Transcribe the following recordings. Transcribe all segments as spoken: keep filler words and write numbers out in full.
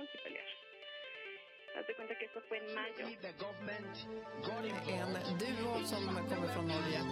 no que pelear. Haz de cuenta que esto fue en mayo. En duo som kommer från Norge.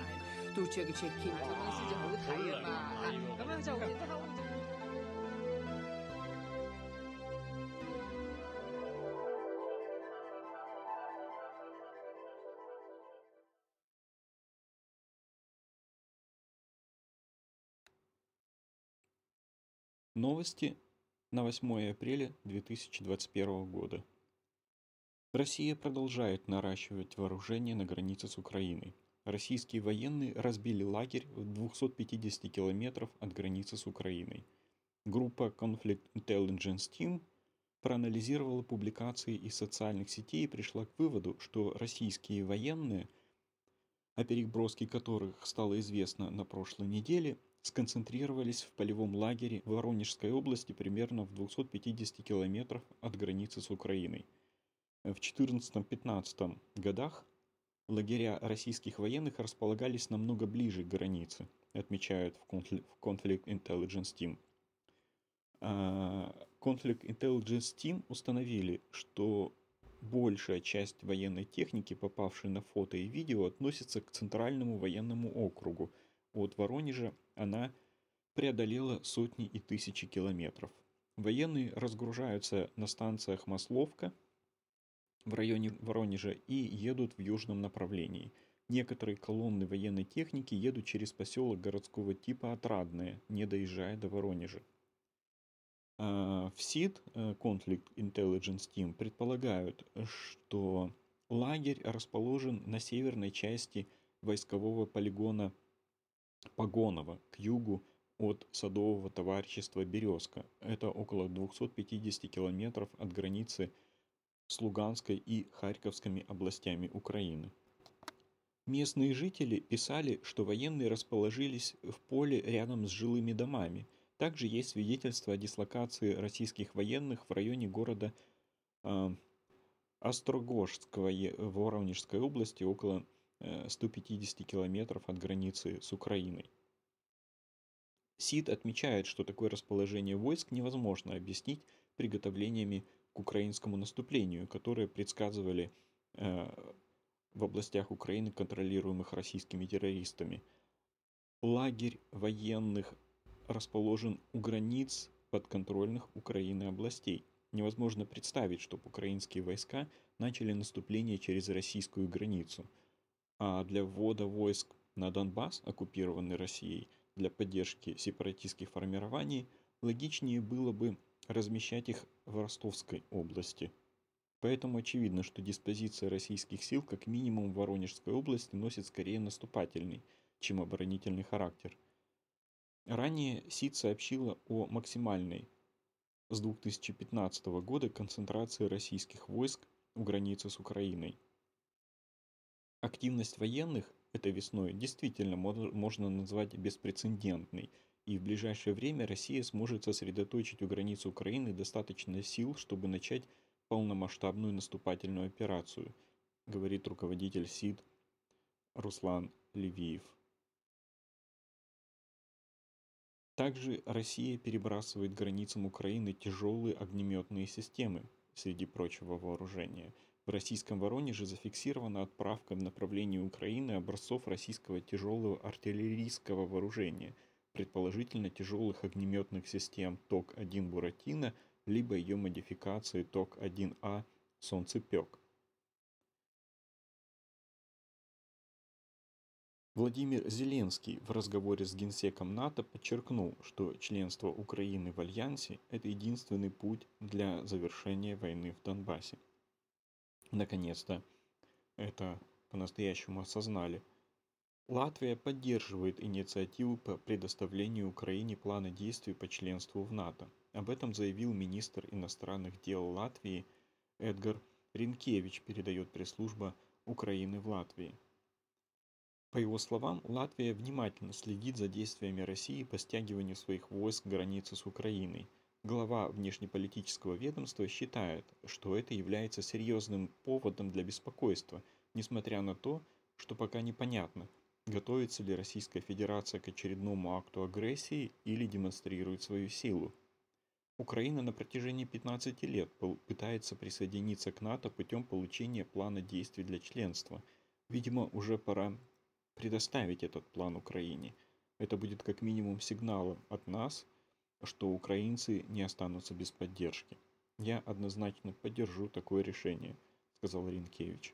Новости на восьмое апреля две тысячи двадцать первого года. Россия продолжает наращивать вооружение на границе с Украиной. Российские военные разбили лагерь в двухстах пятидесяти километрах от границы с Украиной. Группа Conflict Intelligence Team проанализировала публикации из социальных сетей и пришла к выводу, что российские военные, о переброске которых стало известно на прошлой неделе, сконцентрировались в полевом лагере в Воронежской области примерно в двухстах пятидесяти километрах от границы с Украиной. В четырнадцатом-пятнадцатом годах лагеря российских военных располагались намного ближе к границе, отмечают в Conflict Intelligence Team. Conflict Intelligence Team установили, что большая часть военной техники, попавшей на фото и видео, относится к Центральному военному округу. От Воронежа она преодолела сотни и тысячи километров. Военные разгружаются на станциях Масловка в районе Воронежа и едут в южном направлении. Некоторые колонны военной техники едут через поселок городского типа Отрадное, не доезжая до Воронежа. В СИД, Conflict Intelligence Team, предполагают, что лагерь расположен на северной части войскового полигона Погоново, к югу от садового товарищества «Березка». Это около двухсот пятидесяти километров от границы с Луганской и Харьковскими областями Украины. Местные жители писали, что военные расположились в поле рядом с жилыми домами. Также есть свидетельства о дислокации российских военных в районе города э, Острогожского в Воронежской области, около э, ста пятидесяти километров от границы с Украиной. СИД отмечает, что такое расположение войск невозможно объяснить приготовлениями к украинскому наступлению, которые предсказывали э, в областях Украины, контролируемых российскими террористами. Лагерь военных расположен у границ подконтрольных Украины областей. Невозможно представить, чтобы украинские войска начали наступление через российскую границу. А для ввода войск на Донбасс, оккупированный Россией, для поддержки сепаратистских формирований, логичнее было бы размещать их в Ростовской области. Поэтому очевидно, что диспозиция российских сил как минимум в Воронежской области носит скорее наступательный, чем оборонительный характер. Ранее СИД сообщила о максимальной с две тысячи пятнадцатого года концентрации российских войск у границы с Украиной. Активность военных этой весной действительно можно назвать беспрецедентной, и в ближайшее время Россия сможет сосредоточить у границы Украины достаточно сил, чтобы начать полномасштабную наступательную операцию, говорит руководитель СИД Руслан Левиев. Также Россия перебрасывает к границам Украины тяжелые огнеметные системы, среди прочего вооружения. В российском Воронеже зафиксирована отправка в направлении Украины образцов российского тяжелого артиллерийского вооружения, предположительно тяжелых огнеметных систем ток один «Буратино», либо ее модификации ток один А «Солнцепек». Владимир Зеленский в разговоре с генсеком НАТО подчеркнул, что членство Украины в Альянсе – это единственный путь для завершения войны в Донбассе. Наконец-то это по-настоящему осознали. Латвия поддерживает инициативу по предоставлению Украине плана действий по членству в НАТО. Об этом заявил министр иностранных дел Латвии Эдгар Ринкевич, передает пресс-служба Украины в Латвии. По его словам, Латвия внимательно следит за действиями России по стягиванию своих войск к границе с Украиной. Глава внешнеполитического ведомства считает, что это является серьезным поводом для беспокойства, несмотря на то, что пока непонятно, готовится ли Российская Федерация к очередному акту агрессии или демонстрирует свою силу. Украина на протяжении пятнадцати лет пытается присоединиться к НАТО путем получения плана действий для членства. Видимо, уже пора предоставить этот план Украине. Это будет как минимум сигналом от нас, что украинцы не останутся без поддержки. Я однозначно поддержу такое решение, сказал Ринкевич.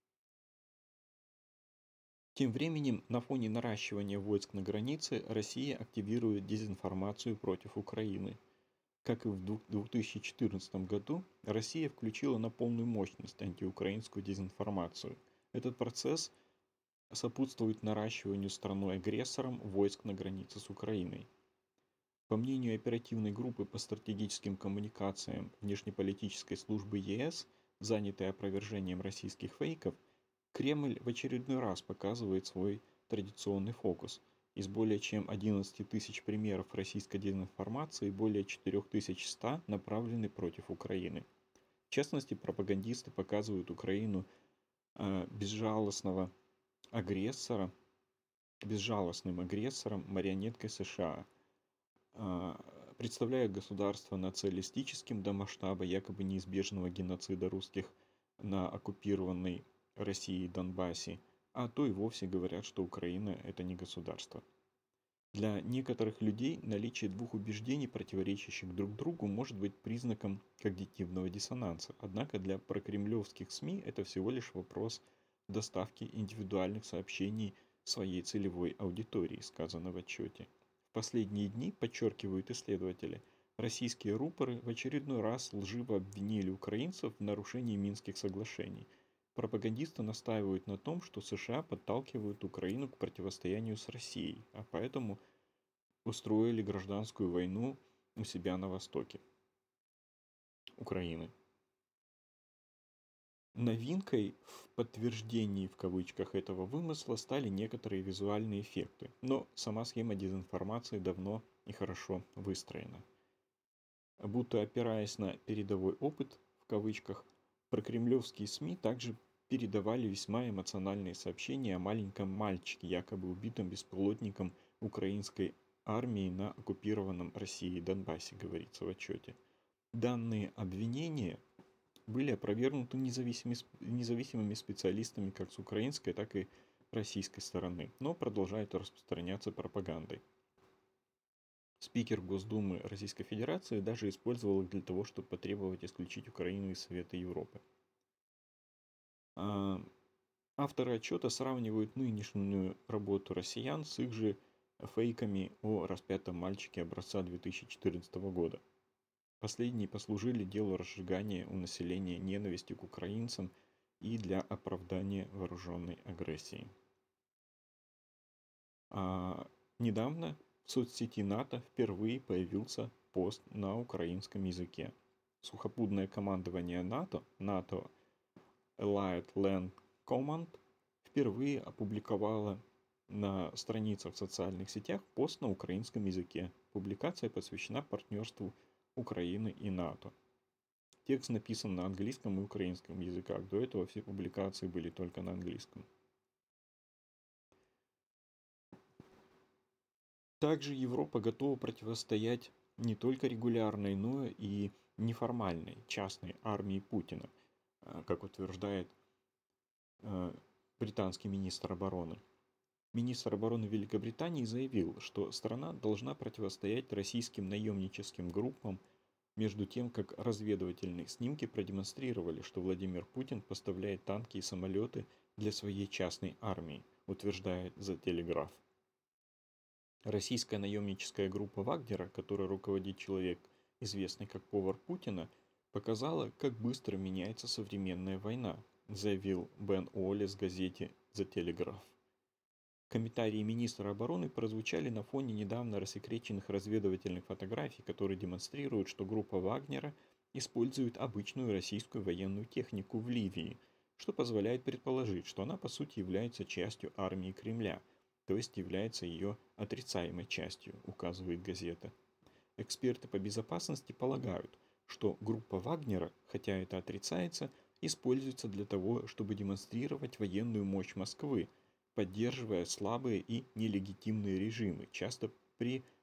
Тем временем, на фоне наращивания войск на границе, Россия активирует дезинформацию против Украины. Как и в две тысячи четырнадцатом году, Россия включила на полную мощность антиукраинскую дезинформацию. Этот процесс сопутствует наращиванию страной-агрессором войск на границе с Украиной. По мнению оперативной группы по стратегическим коммуникациям внешнеполитической службы ЕС, занятой опровержением российских фейков, Кремль в очередной раз показывает свой традиционный фокус. Из более чем одиннадцати тысяч примеров российской дезинформации более четыре тысячи сто направлены против Украины. В частности, пропагандисты показывают Украину э, безжалостного агрессора, безжалостным агрессором, марионеткой США. Э, представляют государство националистическим до масштаба якобы неизбежного геноцида русских на оккупированной России и Донбассе, а то и вовсе говорят, что Украина – это не государство. Для некоторых людей наличие двух убеждений, противоречащих друг другу, может быть признаком когнитивного диссонанса. Однако для прокремлевских СМИ это всего лишь вопрос доставки индивидуальных сообщений своей целевой аудитории, сказано в отчете. В последние дни, подчеркивают исследователи, российские рупоры в очередной раз лживо обвинили украинцев в нарушении Минских соглашений. Пропагандисты настаивают на том, что США подталкивают Украину к противостоянию с Россией, а поэтому устроили гражданскую войну у себя на востоке Украины. Новинкой в подтверждении в кавычках этого вымысла стали некоторые визуальные эффекты, но сама схема дезинформации давно и хорошо выстроена. Будто опираясь на передовой опыт в кавычках, прокремлевские СМИ также передавали весьма эмоциональные сообщения о маленьком мальчике, якобы убитом беспилотником украинской армии на оккупированном Россией Донбассе, говорится в отчете. Данные обвинения были опровергнуты независимыми, независимыми специалистами как с украинской, так и российской стороны, но продолжают распространяться пропагандой. Спикер Госдумы Российской Федерации даже использовал их для того, чтобы потребовать исключить Украину из Совета Европы. Авторы отчета сравнивают нынешнюю работу россиян с их же фейками о распятом мальчике образца две тысячи четырнадцатого года. Последние послужили делу разжигания у населения ненависти к украинцам и для оправдания вооруженной агрессии. А недавно в соцсети НАТО впервые появился пост на украинском языке. Сухопутное командование НАТО, НАТО Allied Land Command, впервые опубликовало на страницах в социальных сетях пост на украинском языке. Публикация посвящена партнерству Украины и НАТО. Текст написан на английском и украинском языках. До этого все публикации были только на английском. Также Европа готова противостоять не только регулярной, но и неформальной частной армии Путина, как утверждает британский министр обороны. Министр обороны Великобритании заявил, что страна должна противостоять российским наемническим группам, между тем, как разведывательные снимки продемонстрировали, что Владимир Путин поставляет танки и самолеты для своей частной армии, утверждает The Telegraph. Российская наемническая группа Вагнера, которой руководит человек, известный как повар Путина, показала, как быстро меняется современная война, заявил Бен Уоллес в газете The Telegraph. Комментарии министра обороны прозвучали на фоне недавно рассекреченных разведывательных фотографий, которые демонстрируют, что группа Вагнера использует обычную российскую военную технику в Ливии, что позволяет предположить, что она по сути является частью армии Кремля, то есть является ее отрицаемой частью, указывает газета. Эксперты по безопасности полагают, что группа Вагнера, хотя это отрицается, используется для того, чтобы демонстрировать военную мощь Москвы, поддерживая слабые и нелегитимные режимы, часто при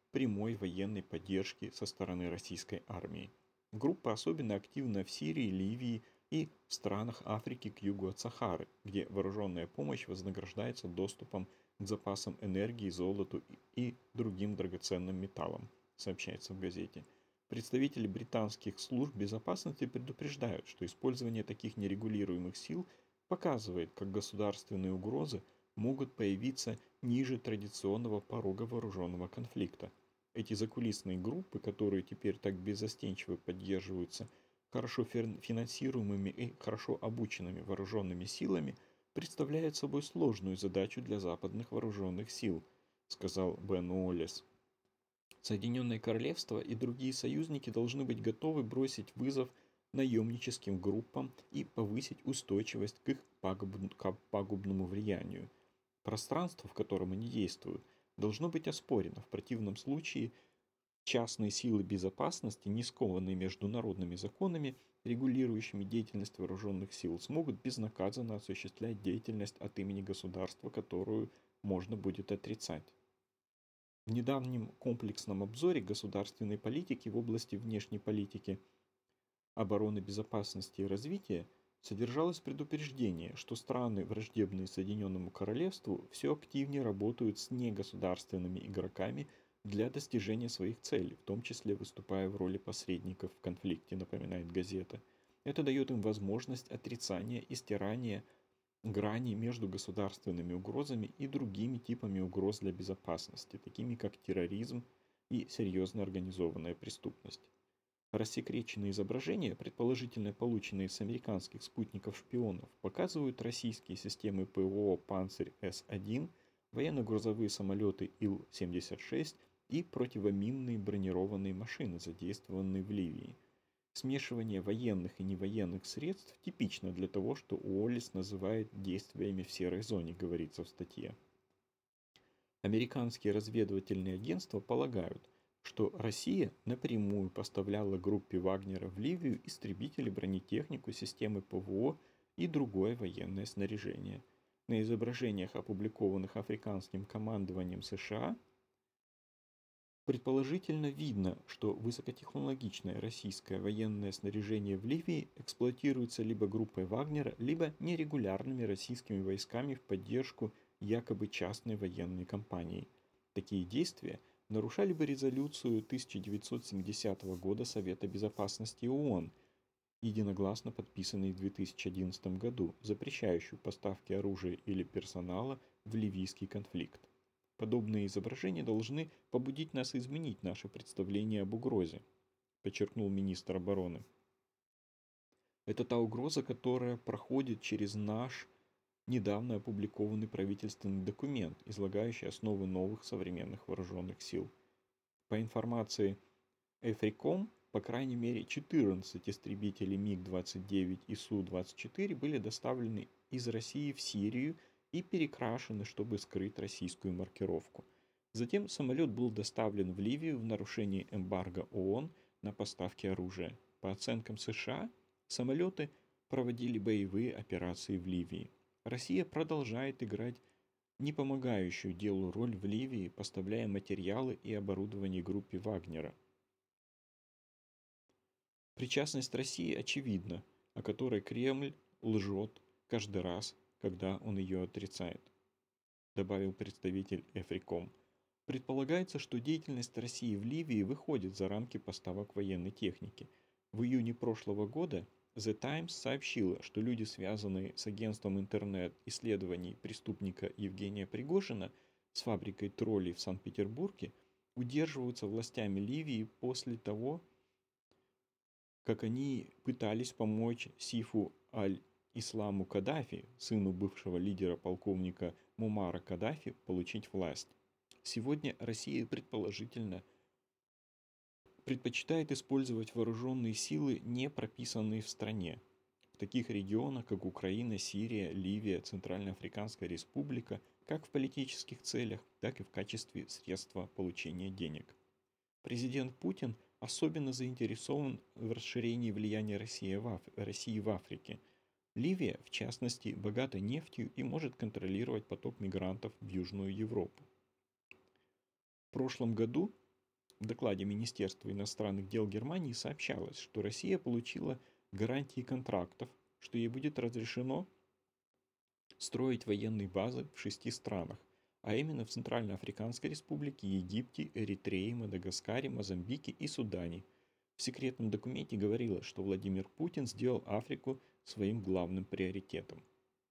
прямой военной поддержки со стороны российской армии. Группа особенно активна в Сирии, Ливии и в странах Африки к югу от Сахары, где вооруженная помощь вознаграждается доступом к запасам энергии, золоту и другим драгоценным металлам, сообщается в газете. Представители британских служб безопасности предупреждают, что использование таких нерегулируемых сил показывает, как государственные угрозы могут появиться ниже традиционного порога вооруженного конфликта. Эти закулисные группы, которые теперь так беззастенчиво поддерживаются хорошо финансируемыми и хорошо обученными вооруженными силами, представляют собой сложную задачу для западных вооруженных сил, сказал Бен Уоллес. Соединенное Королевство и другие союзники должны быть готовы бросить вызов наемническим группам и повысить устойчивость к их пагубному влиянию. Пространство, в котором они действуют, должно быть оспорено. В противном случае частные силы безопасности, не скованные международными законами, регулирующими деятельность вооруженных сил, смогут безнаказанно осуществлять деятельность от имени государства, которую можно будет отрицать. В недавнем комплексном обзоре государственной политики в области внешней политики, обороны, безопасности и развития содержалось предупреждение, что страны, враждебные Соединенному Королевству, все активнее работают с негосударственными игроками для достижения своих целей, в том числе выступая в роли посредников в конфликте, напоминает газета. Это дает им возможность отрицания и стирания грани между государственными угрозами и другими типами угроз для безопасности, такими как терроризм и серьезная организованная преступность. Рассекреченные изображения, предположительно полученные с американских спутников-шпионов, показывают российские системы ПВО «Панцирь С один», военно-грузовые самолеты Ил семьдесят шесть и противоминные бронированные машины, задействованные в Ливии. Смешивание военных и невоенных средств типично для того, что Уоллес называет действиями в серой зоне, говорится в статье. Американские разведывательные агентства полагают, что Россия напрямую поставляла группе Вагнера в Ливию истребители, бронетехнику, системы ПВО и другое военное снаряжение. На изображениях, опубликованных африканским командованием США, предположительно видно, что высокотехнологичное российское военное снаряжение в Ливии эксплуатируется либо группой Вагнера, либо нерегулярными российскими войсками в поддержку якобы частной военной компании. Такие действия нарушали бы резолюцию тысяча девятьсот семидесятого года Совета Безопасности ООН, единогласно подписанной в две тысячи одиннадцатом году, запрещающую поставки оружия или персонала в ливийский конфликт. Подобные изображения должны побудить нас изменить наше представление об угрозе, подчеркнул министр обороны. Это та угроза, которая проходит через наш недавно опубликованный правительственный документ, излагающий основы новых современных вооруженных сил. По информации Эфриком, по крайней мере четырнадцать истребителей МиГ двадцать девять и Су двадцать четыре были доставлены из России в Сирию и перекрашены, чтобы скрыть российскую маркировку. Затем самолет был доставлен в Ливию в нарушении эмбарго ООН на поставки оружия. По оценкам США, самолеты проводили боевые операции в Ливии. Россия продолжает играть не помогающую делу роль в Ливии, поставляя материалы и оборудование группе Вагнера. Причастность России очевидна, о которой Кремль лжет каждый раз, когда он ее отрицает, добавил представитель Эфриком. Предполагается, что деятельность России в Ливии выходит за рамки поставок военной техники. В июне прошлого года The Times сообщила, что люди, связанные с агентством интернет-исследований преступника Евгения Пригожина с фабрикой троллей в Санкт-Петербурге, удерживаются властями Ливии после того, как они пытались помочь Сифу аль-Исламу Каддафи, сыну бывшего лидера полковника Муаммара Каддафи, получить власть. Сегодня Россия предположительно предпочитает использовать вооруженные силы, не прописанные в стране, в таких регионах, как Украина, Сирия, Ливия, Центральноафриканская Республика, как в политических целях, так и в качестве средства получения денег. Президент Путин особенно заинтересован в расширении влияния России в, Аф... России в Африке. Ливия, в частности, богата нефтью и может контролировать поток мигрантов в Южную Европу. В прошлом году В докладе Министерства иностранных дел Германии сообщалось, что Россия получила гарантии контрактов, что ей будет разрешено строить военные базы в шести странах, а именно в Центральноафриканской Республике, Египте, Эритрее, Мадагаскаре, Мозамбике и Судане. В секретном документе говорилось, что Владимир Путин сделал Африку своим главным приоритетом.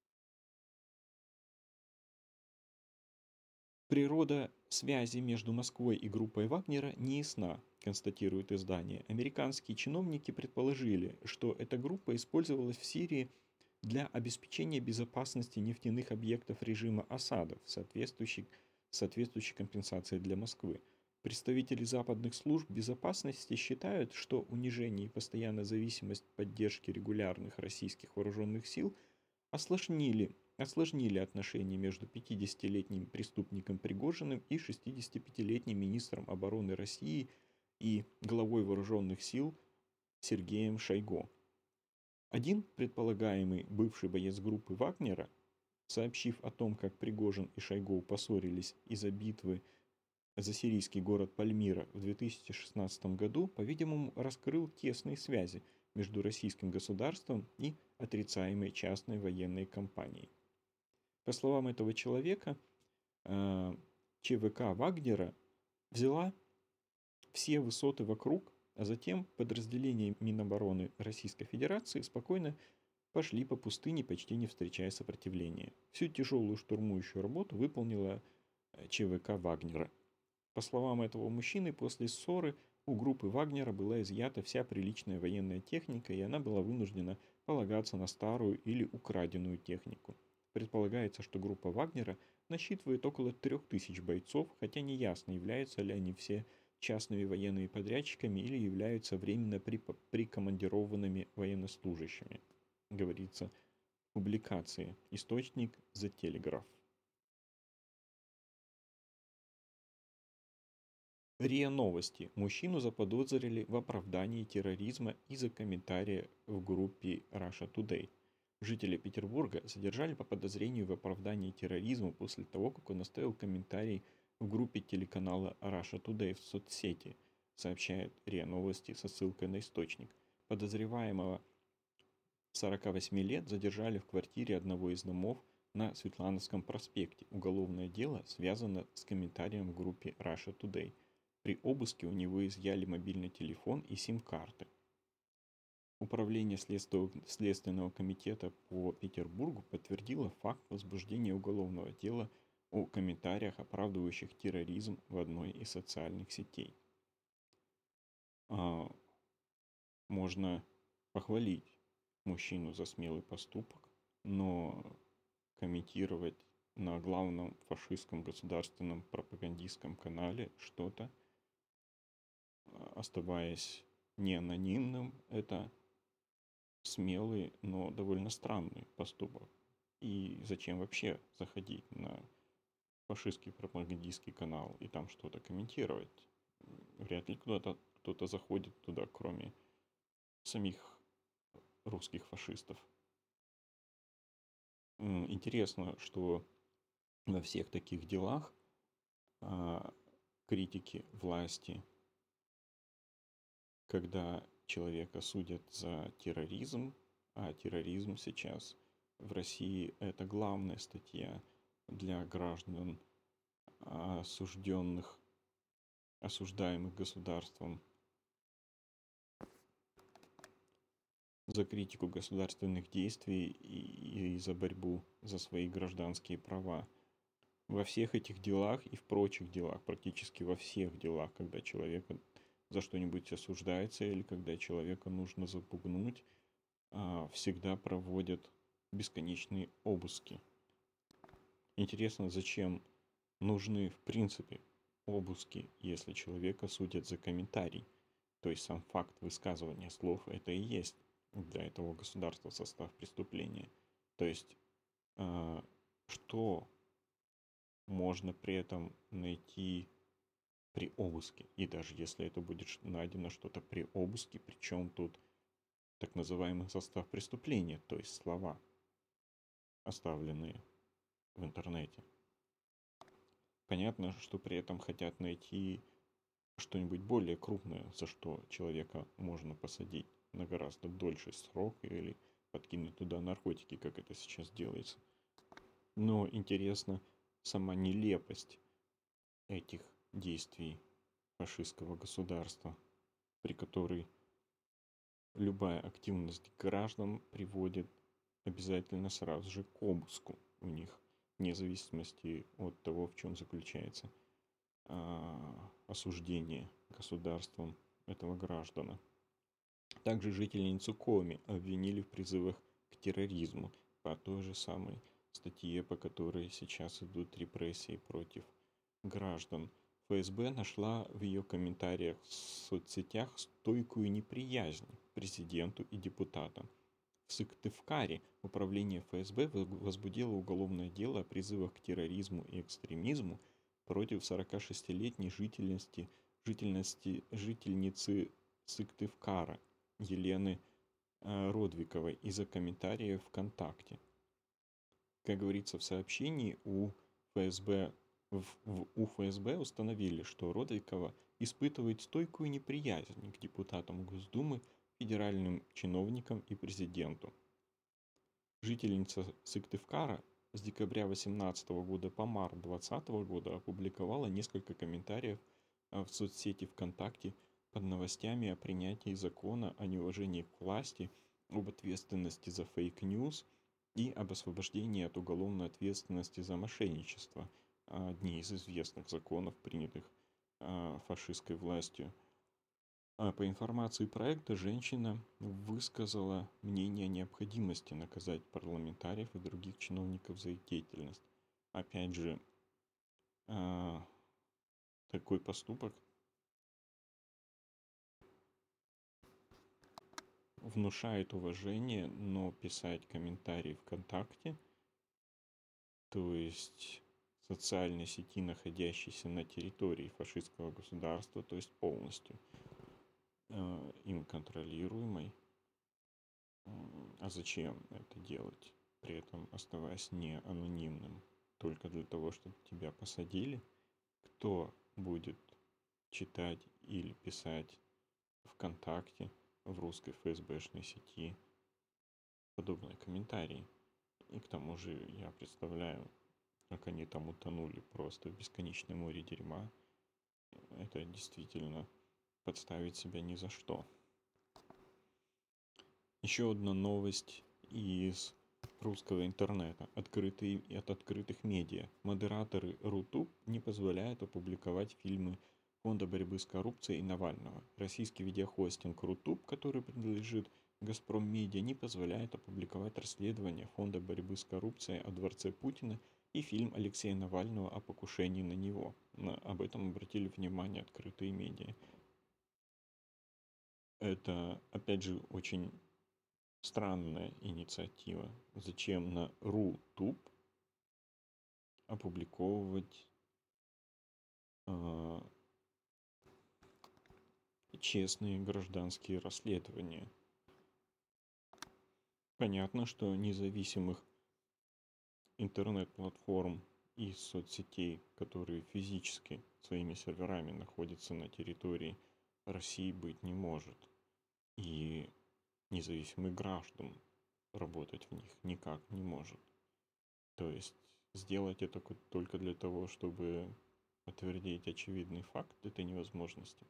Природа связи между Москвой и группой Вагнера не ясна, констатирует издание. Американские чиновники предположили, что эта группа использовалась в Сирии для обеспечения безопасности нефтяных объектов режима Асада в соответствующей, соответствующей компенсации для Москвы. Представители западных служб безопасности считают, что унижение и постоянная зависимость поддержки регулярных российских вооруженных сил осложнили, осложнили отношения между пятидесятилетним преступником Пригожиным и шестидесятипятилетним министром обороны России и главой вооруженных сил Сергеем Шойгу. Один предполагаемый бывший боец группы Вагнера, сообщив о том, как Пригожин и Шойгу поссорились из-за битвы за сирийский город Пальмира в две тысячи шестнадцатом году, по-видимому, раскрыл тесные связи между российским государством и отрицаемой частной военной компанией. По словам этого человека, ЧВК Вагнера взяла все высоты вокруг, а затем подразделения Минобороны Российской Федерации спокойно пошли по пустыне, почти не встречая сопротивления. Всю тяжелую штурмующую работу выполнила ЧВК Вагнера. По словам этого мужчины, после ссоры у группы Вагнера была изъята вся приличная военная техника, и она была вынуждена полагаться на старую или украденную технику. Предполагается, что группа Вагнера насчитывает около трех тысяч бойцов, хотя не ясно, являются ли они все частными военными подрядчиками или являются временно прикомандированными военнослужащими, говорится в публикации. Источник The Telegraph. РИА Новости. Мужчину заподозрили в оправдании терроризма из-за комментария в группе Russia Today. Жителя Петербурга задержали по подозрению в оправдании терроризма после того, как он оставил комментарий в группе телеканала Russia Today в соцсети, сообщает РИА Новости со ссылкой на источник. Подозреваемого сорока восьми лет задержали в квартире одного из домов на Светлановском проспекте. Уголовное дело связано с комментарием в группе Russia Today. При обыске у него изъяли мобильный телефон и сим-карты. Управление Следственного комитета по Петербургу подтвердило факт возбуждения уголовного дела о комментариях, оправдывающих терроризм в одной из социальных сетей. А, можно похвалить мужчину за смелый поступок, но комментировать на главном фашистском государственном пропагандистском канале что-то, оставаясь не анонимным, это смелый, но довольно странный поступок. И зачем вообще заходить на фашистский пропагандистский канал и там что-то комментировать? Вряд ли кто-то кто-то заходит туда, кроме самих русских фашистов. Интересно, что во всех таких делах а, критики власти, когда человека судят за терроризм, а терроризм сейчас в России это главная статья для граждан, осужденных, осуждаемых государством за критику государственных действий и, и за борьбу за свои гражданские права. Во всех этих делах и в прочих делах, практически во всех делах, когда человека за что-нибудь осуждается или когда человека нужно запугнуть, всегда проводят бесконечные обыски. Интересно, зачем нужны в принципе обыски, если человека судят за комментарий? То есть сам факт высказывания слов это и есть для этого государства состав преступления. То есть что можно при этом найти при обыске, и даже если это будет найдено что-то при обыске, причем тут так называемый состав преступления, то есть слова, оставленные в интернете. Понятно, что при этом хотят найти что-нибудь более крупное, за что человека можно посадить на гораздо дольший срок или подкинуть туда наркотики, как это сейчас делается. Но интересна сама нелепость этих действий фашистского государства, при которой любая активность граждан приводит обязательно сразу же к обыску у них, вне зависимости от того, в чем заключается а, осуждение государством этого граждана. Также жительницу Коми обвинили в призывах к терроризму по той же самой статье, по которой сейчас идут репрессии против граждан. ФСБ нашла в ее комментариях в соцсетях стойкую неприязнь к президенту и депутатам. В Сыктывкаре управление ФСБ возбудило уголовное дело о призывах к терроризму и экстремизму против сорокашестилетней жительности, жительности, жительницы Сыктывкара Елены э, Родвиковой из-за комментариев ВКонтакте. Как говорится в сообщении, у ФСБ, в, в, у ФСБ установили, что Родвикова испытывает стойкую неприязнь к депутатам Госдумы, федеральным чиновникам и президенту. Жительница Сыктывкара с декабря две тысячи восемнадцатого года по март две тысячи двадцатого года опубликовала несколько комментариев в соцсети ВКонтакте под новостями о принятии закона о неуважении к власти, об ответственности за фейк-ньюс и об освобождении от уголовной ответственности за мошенничество, одни из известных законов, принятых фашистской властью. По информации проекта, женщина высказала мнение о необходимости наказать парламентариев и других чиновников за их деятельность. Опять же, такой поступок внушает уважение, но писать комментарии ВКонтакте, то есть социальной сети, находящейся на территории фашистского государства, то есть полностью э, им контролируемой, а зачем это делать, при этом оставаясь не анонимным, только для того, чтобы тебя посадили? Кто будет читать или писать ВКонтакте в русской ФСБшной сети подобные комментарии? И к тому же я представляю, как они там утонули просто в бесконечном море дерьма. Это действительно подставить себя ни за что. Еще одна новость из русского интернета, открытые, от открытых медиа. Модераторы Рутуб не позволяют опубликовать фильмы Фонда борьбы с коррупцией и Навального. Российский видеохостинг Рутуб, который принадлежит Газпром Медиа, не позволяет опубликовать расследование Фонда борьбы с коррупцией о дворце Путина и фильм Алексея Навального о покушении на него. На, об этом обратили внимание открытые медиа. Это, опять же, очень странная инициатива. Зачем на Рутуб опубликовывать э, честные гражданские расследования? Понятно, что независимых интернет-платформ и соцсетей, которые физически своими серверами находятся на территории России, быть не может. И независимых граждан работать в них никак не может. То есть сделать это только для того, чтобы подтвердить очевидный факт этой невозможности.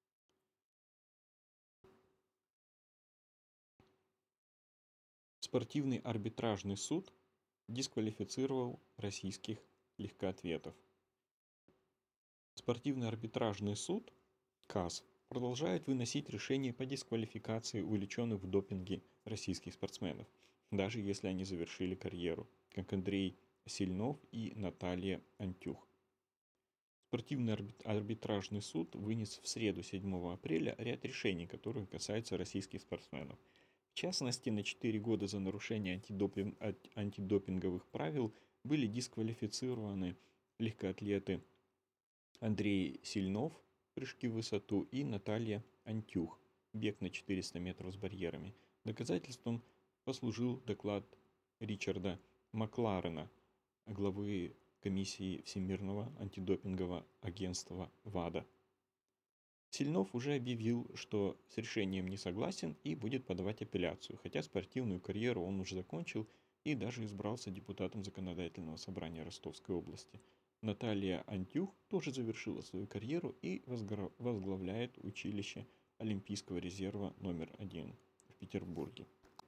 Спортивный арбитражный суд дисквалифицировал российских легкоатлетов. Спортивный арбитражный суд КАС продолжает выносить решения по дисквалификации увлеченных в допинге российских спортсменов, даже если они завершили карьеру, как Андрей Сильнов и Наталья Антюх. Спортивный арбитражный суд вынес в среду седьмого апреля ряд решений, которые касаются российских спортсменов. В частности, на четыре года за нарушение антидопинг, антидопинговых правил были дисквалифицированы легкоатлеты Андрей Сильнов, прыжки в высоту, и Наталья Антюх, бег на четыреста метров с барьерами. Доказательством послужил доклад Ричарда Макларена, главы комиссии Всемирного антидопингового агентства ВАДА. Сильнов уже объявил, что с решением не согласен и будет подавать апелляцию, хотя спортивную карьеру он уже закончил и даже избрался депутатом Законодательного собрания Ростовской области. Наталья Антюх тоже завершила свою карьеру и возглавляет училище Олимпийского резерва номер один в Петербурге.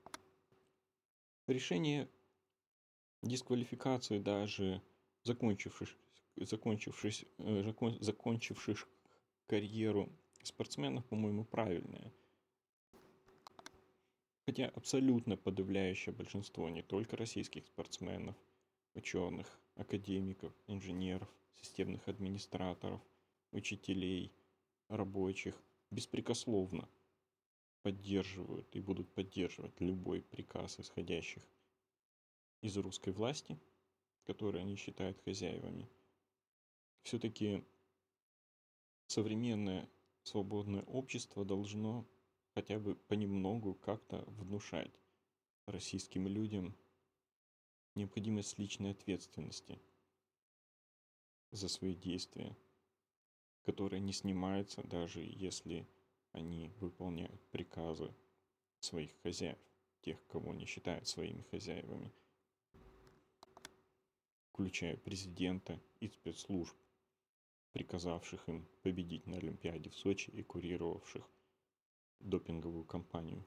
Решение дисквалификации даже закончивших, закончивших, закончивших карьеру спортсменов, по-моему, правильное. Хотя абсолютно подавляющее большинство не только российских спортсменов, ученых, академиков, инженеров, системных администраторов, учителей, рабочих беспрекословно поддерживают и будут поддерживать любой приказ, исходящих из русской власти, которые они считают хозяевами. Все-таки современное свободное общество должно хотя бы понемногу как-то внушать российским людям необходимость личной ответственности за свои действия, которые не снимаются, даже если они выполняют приказы своих хозяев, тех, кого они считают своими хозяевами, включая президента и спецслужб, приказавших им победить на Олимпиаде в Сочи и курировавших допинговую кампанию.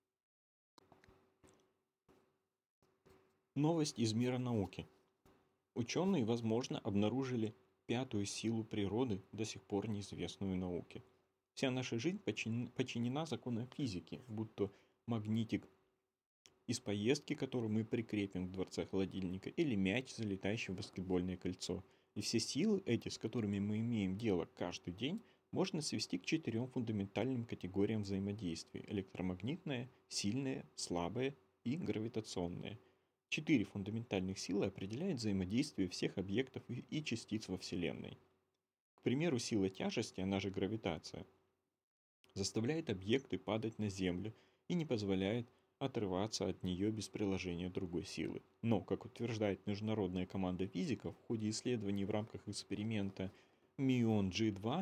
Новость из мира науки. Ученые, возможно, обнаружили пятую силу природы, до сих пор неизвестную науке. Вся наша жизнь подчинена законам физики, будто магнитик из поездки, который мы прикрепим к дворце холодильника, или мяч, залетающий в баскетбольное кольцо. И все силы эти, с которыми мы имеем дело каждый день, можно свести к четырем фундаментальным категориям взаимодействия: электромагнитное, сильное, слабое и гравитационное. Четыре фундаментальных силы определяют взаимодействие всех объектов и частиц во Вселенной. К примеру, сила тяжести, она же гравитация, заставляет объекты падать на Землю и не позволяет отрываться от нее без приложения другой силы. Но, как утверждает международная команда физиков, в ходе исследований в рамках эксперимента Мион джи два,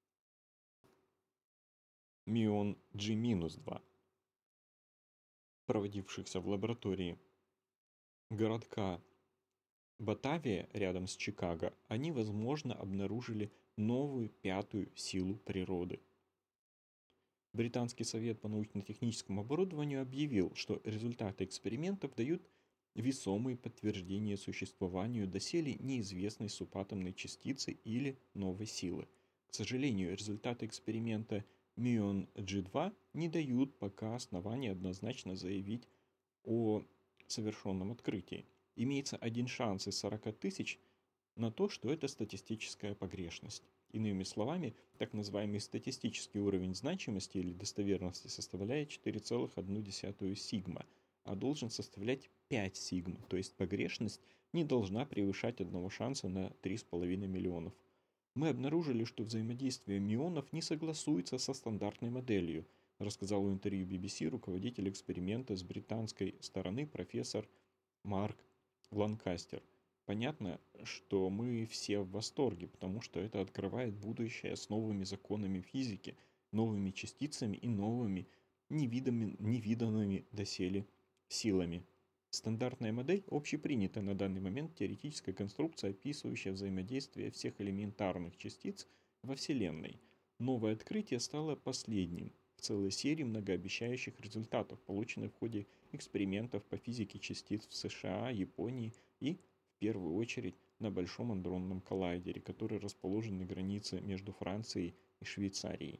Мион джи два, проводившихся в лаборатории городка Батавия рядом с Чикаго, они, возможно, обнаружили новую пятую силу природы. Британский совет по научно-техническому оборудованию объявил, что результаты экспериментов дают весомые подтверждения существованию доселе неизвестной субатомной частицы или новой силы. К сожалению, результаты эксперимента Мион джи два не дают пока оснований однозначно заявить о совершенном открытии. Имеется один шанс из сорока тысяч на то, что это статистическая погрешность. Иными словами, так называемый статистический уровень значимости или достоверности составляет четыре целых одна десятая сигма, а должен составлять пять сигма, то есть погрешность не должна превышать одного шанса на три с половиной миллионов. Мы обнаружили, что взаимодействие мионов не согласуется со стандартной моделью, рассказал в интервью би би си руководитель эксперимента с британской стороны профессор Марк Ланкастер. Понятно, что мы все в восторге, потому что это открывает будущее с новыми законами физики, новыми частицами и новыми невидимыми, невиданными доселе силами. Стандартная модель общепринята на данный момент теоретическая конструкция, описывающая взаимодействие всех элементарных частиц во Вселенной. Новое открытие стало последним в целой серии многообещающих результатов, полученных в ходе экспериментов по физике частиц в США, Японии и, в первую очередь, на Большом адронном коллайдере, который расположен на границе между Францией и Швейцарией.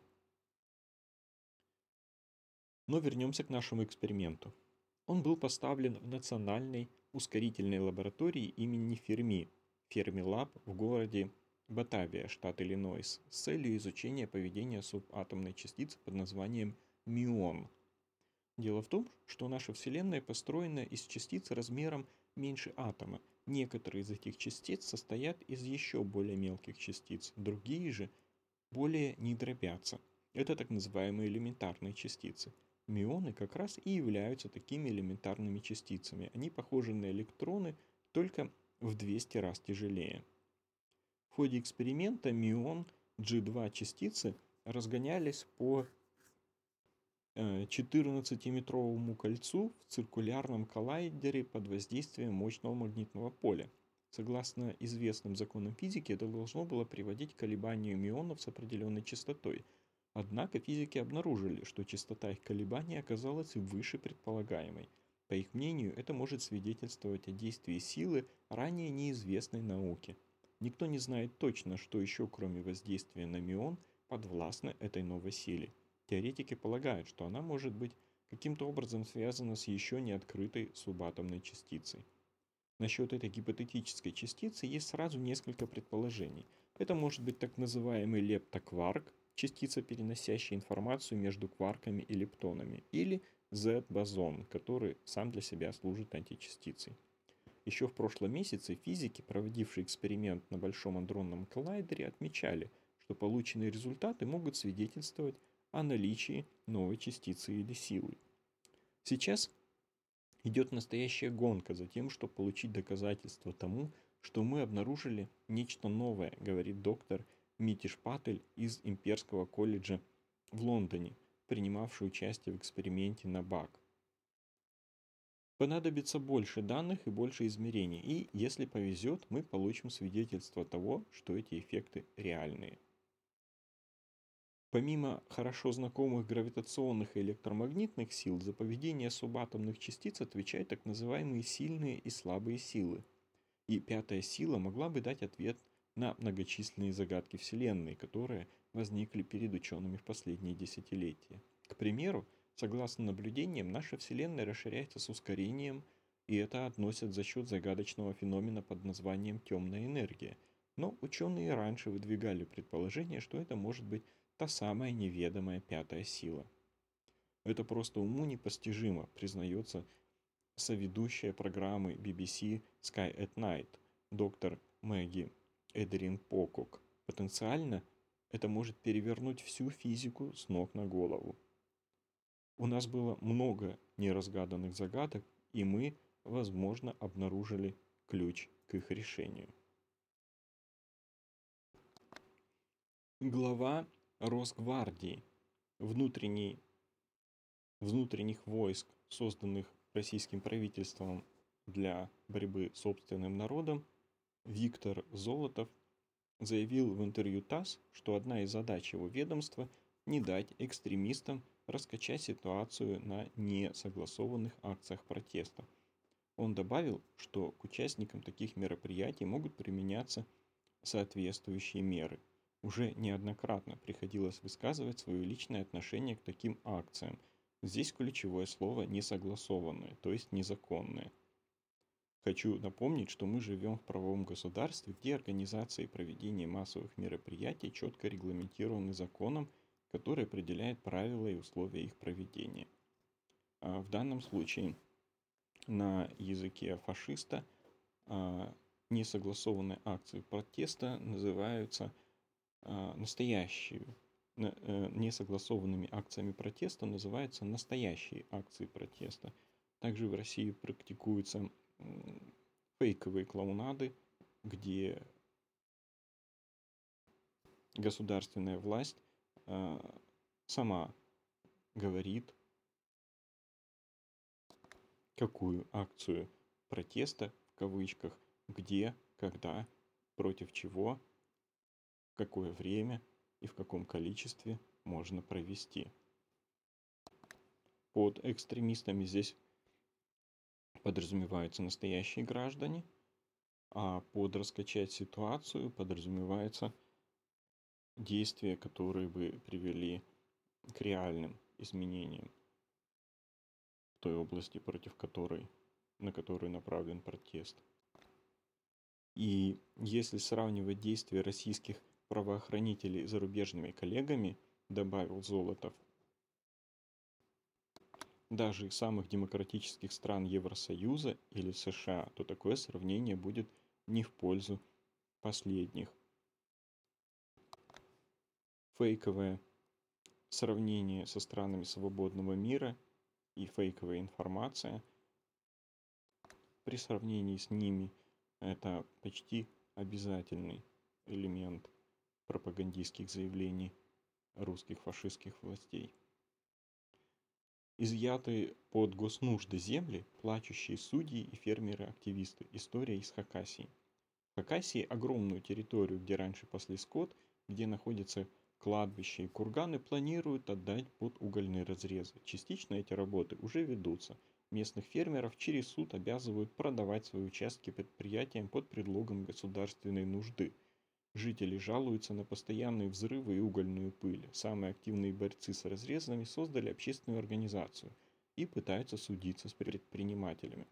Но вернемся к нашему эксперименту. Он был поставлен в Национальной ускорительной лаборатории имени Ферми, Фермилаб в городе Батавия, штат Иллинойс, с целью изучения поведения субатомной частицы под названием мион. Дело в том, что наша Вселенная построена из частиц размером меньше атома. Некоторые из этих частиц состоят из еще более мелких частиц, другие же более не дробятся. Это так называемые элементарные частицы. Мионы как раз и являются такими элементарными частицами. Они похожи на электроны, только в двести раз тяжелее. В ходе эксперимента мион джи два частицы разгонялись по четырнадцатиметровому кольцу в циркулярном коллайдере под воздействием мощного магнитного поля. Согласно известным законам физики, это должно было приводить к колебанию мионов с определенной частотой. Однако физики обнаружили, что частота их колебаний оказалась выше предполагаемой. По их мнению, это может свидетельствовать о действии силы, ранее неизвестной науке. Никто не знает точно, что еще кроме воздействия на мион подвластно этой новой силе. Теоретики полагают, что она может быть каким-то образом связана с еще не открытой субатомной частицей. Насчет этой гипотетической частицы есть сразу несколько предположений. Это может быть так называемый лептокварк, частица, переносящая информацию между кварками и лептонами, или Z-бозон, который сам для себя служит античастицей. Еще в прошлом месяце физики, проводившие эксперимент на Большом адронном коллайдере, отмечали, что полученные результаты могут свидетельствовать о наличии новой частицы или силы. Сейчас идет настоящая гонка за тем, чтобы получить доказательства тому, что мы обнаружили нечто новое, говорит доктор Митиш Патель из Имперского колледжа в Лондоне, принимавший участие в эксперименте на Баг. Понадобится больше данных и больше измерений, и, если повезет, мы получим свидетельство того, что эти эффекты реальные. Помимо хорошо знакомых гравитационных и электромагнитных сил, за поведение субатомных частиц отвечают так называемые сильные и слабые силы. И пятая сила могла бы дать ответ на многочисленные загадки Вселенной, которые возникли перед учеными в последние десятилетия. К примеру, согласно наблюдениям, наша Вселенная расширяется с ускорением, и это относят за счет загадочного феномена под названием темная энергия. Но ученые раньше выдвигали предположение, что это может быть та самая неведомая пятая сила. Это просто уму непостижимо, признается соведущая программы би би си Sky at Night, доктор Мэгги Эдерин Покок. Потенциально это может перевернуть всю физику с ног на голову. У нас было много неразгаданных загадок, и мы, возможно, обнаружили ключ к их решению. Глава Росгвардии, внутренний, внутренних войск, созданных российским правительством для борьбы с собственным народом, Виктор Золотов заявил в интервью ТАСС, что одна из задач его ведомства – не дать экстремистам раскачать ситуацию на несогласованных акциях протеста. Он добавил, что к участникам таких мероприятий могут применяться соответствующие меры. Уже неоднократно приходилось высказывать свое личное отношение к таким акциям. Здесь ключевое слово «несогласованное», то есть «незаконное». Хочу напомнить, что мы живем в правовом государстве, где организация и проведение массовых мероприятий четко регламентированы законом, который определяет правила и условия их проведения. А в данном случае на языке фашиста несогласованные акции протеста называются настоящие, несогласованными акциями протеста называются настоящие акции протеста. Также в России практикуются фейковые клоунады, где государственная власть сама говорит, какую акцию протеста, в кавычках, где, когда, против чего, в какое время и в каком количестве можно провести. Под экстремистами здесь подразумеваются настоящие граждане, а под раскачать ситуацию подразумеваются действия, которые бы привели к реальным изменениям в той области, против которой, на которую направлен протест. И если сравнивать действия российских правоохранителей с зарубежными коллегами, добавил Золотов, даже из самых демократических стран Евросоюза или США, то такое сравнение будет не в пользу последних. Фейковое сравнение со странами свободного мира и фейковая информация при сравнении с ними это почти обязательный элемент пропагандистских заявлений русских фашистских властей. Изъятые под госнужды земли, плачущие судьи и фермеры-активисты. История из Хакасии. В Хакасии огромную территорию, где раньше пасли скот, где находятся кладбища и курганы, планируют отдать под угольные разрезы. Частично эти работы уже ведутся. Местных фермеров через суд обязывают продавать свои участки предприятиям под предлогом государственной нужды. Жители жалуются на постоянные взрывы и угольную пыль. Самые активные борцы с разрезами создали общественную организацию и пытаются судиться с предпринимателями.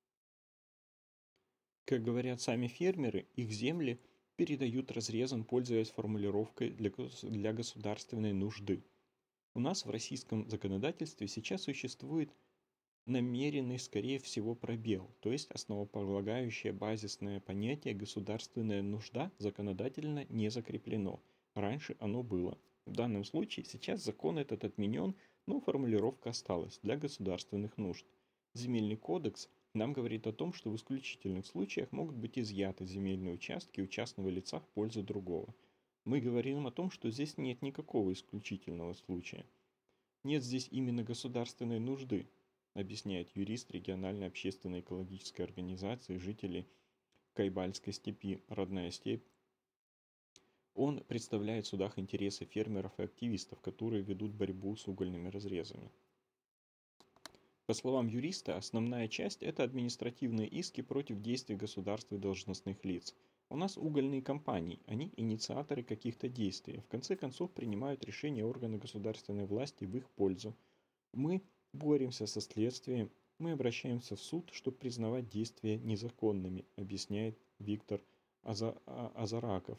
Как говорят сами фермеры, их земли передают разрезом, пользуясь формулировкой для, для государственной нужды. У нас в российском законодательстве сейчас существует намеренный, скорее всего, пробел, то есть основополагающее базисное понятие «государственная нужда» законодательно не закреплено. Раньше оно было. В данном случае сейчас закон этот отменен, но формулировка осталась для государственных нужд. Земельный кодекс нам говорит о том, что в исключительных случаях могут быть изъяты земельные участки у частного лица в пользу другого. Мы говорим о том, что здесь нет никакого исключительного случая. Нет здесь именно государственной нужды, объясняет юрист региональной общественной экологической организации жителей Кайбальской степи «Родная степь». Он представляет в судах интересы фермеров и активистов, которые ведут борьбу с угольными разрезами. По словам юриста, основная часть – это административные иски против действий государства и должностных лиц. У нас угольные компании, они инициаторы каких-то действий, в конце концов принимают решения органы государственной власти в их пользу. Мы боремся со следствием, мы обращаемся в суд, чтобы признавать действия незаконными, объясняет Виктор Аза- Азараков,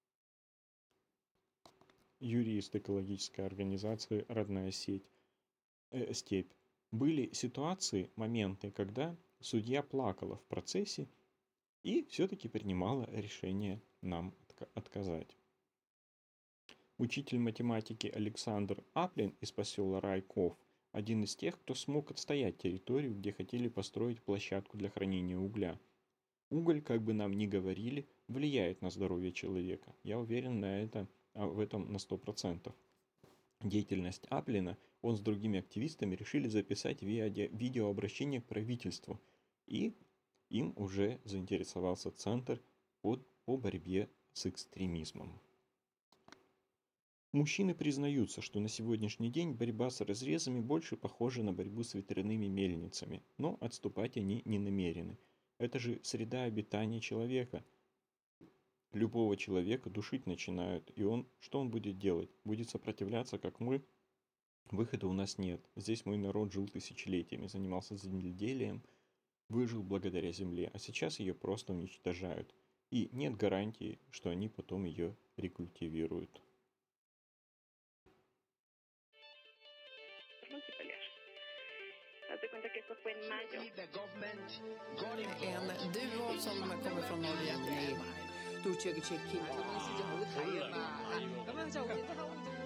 юрист экологической организации «Родная сеть», э, степь. Были ситуации, моменты, когда судья плакала в процессе и все-таки принимала решение нам отказать. Учитель математики Александр Аплин из посела Райков один из тех, кто смог отстоять территорию, где хотели построить площадку для хранения угля. Уголь, как бы нам ни говорили, влияет на здоровье человека. Я уверен на это, в этом на сто процентов. Деятельность Аплина он с другими активистами решили записать видеообращение к правительству, и им уже заинтересовался Центр по, по борьбе с экстремизмом. Мужчины признаются, что на сегодняшний день борьба с разрезами больше похожа на борьбу с ветряными мельницами, но отступать они не намерены. Это же среда обитания человека. Любого человека душить начинают, и он, что он будет делать? Будет сопротивляться, как мы? Выхода у нас нет. Здесь мой народ жил тысячелетиями, занимался земледелием, выжил благодаря земле, а сейчас ее просто уничтожают. И нет гарантии, что они потом ее рекультивируют. En duo som kommer från Norge. 또 저기 제 키.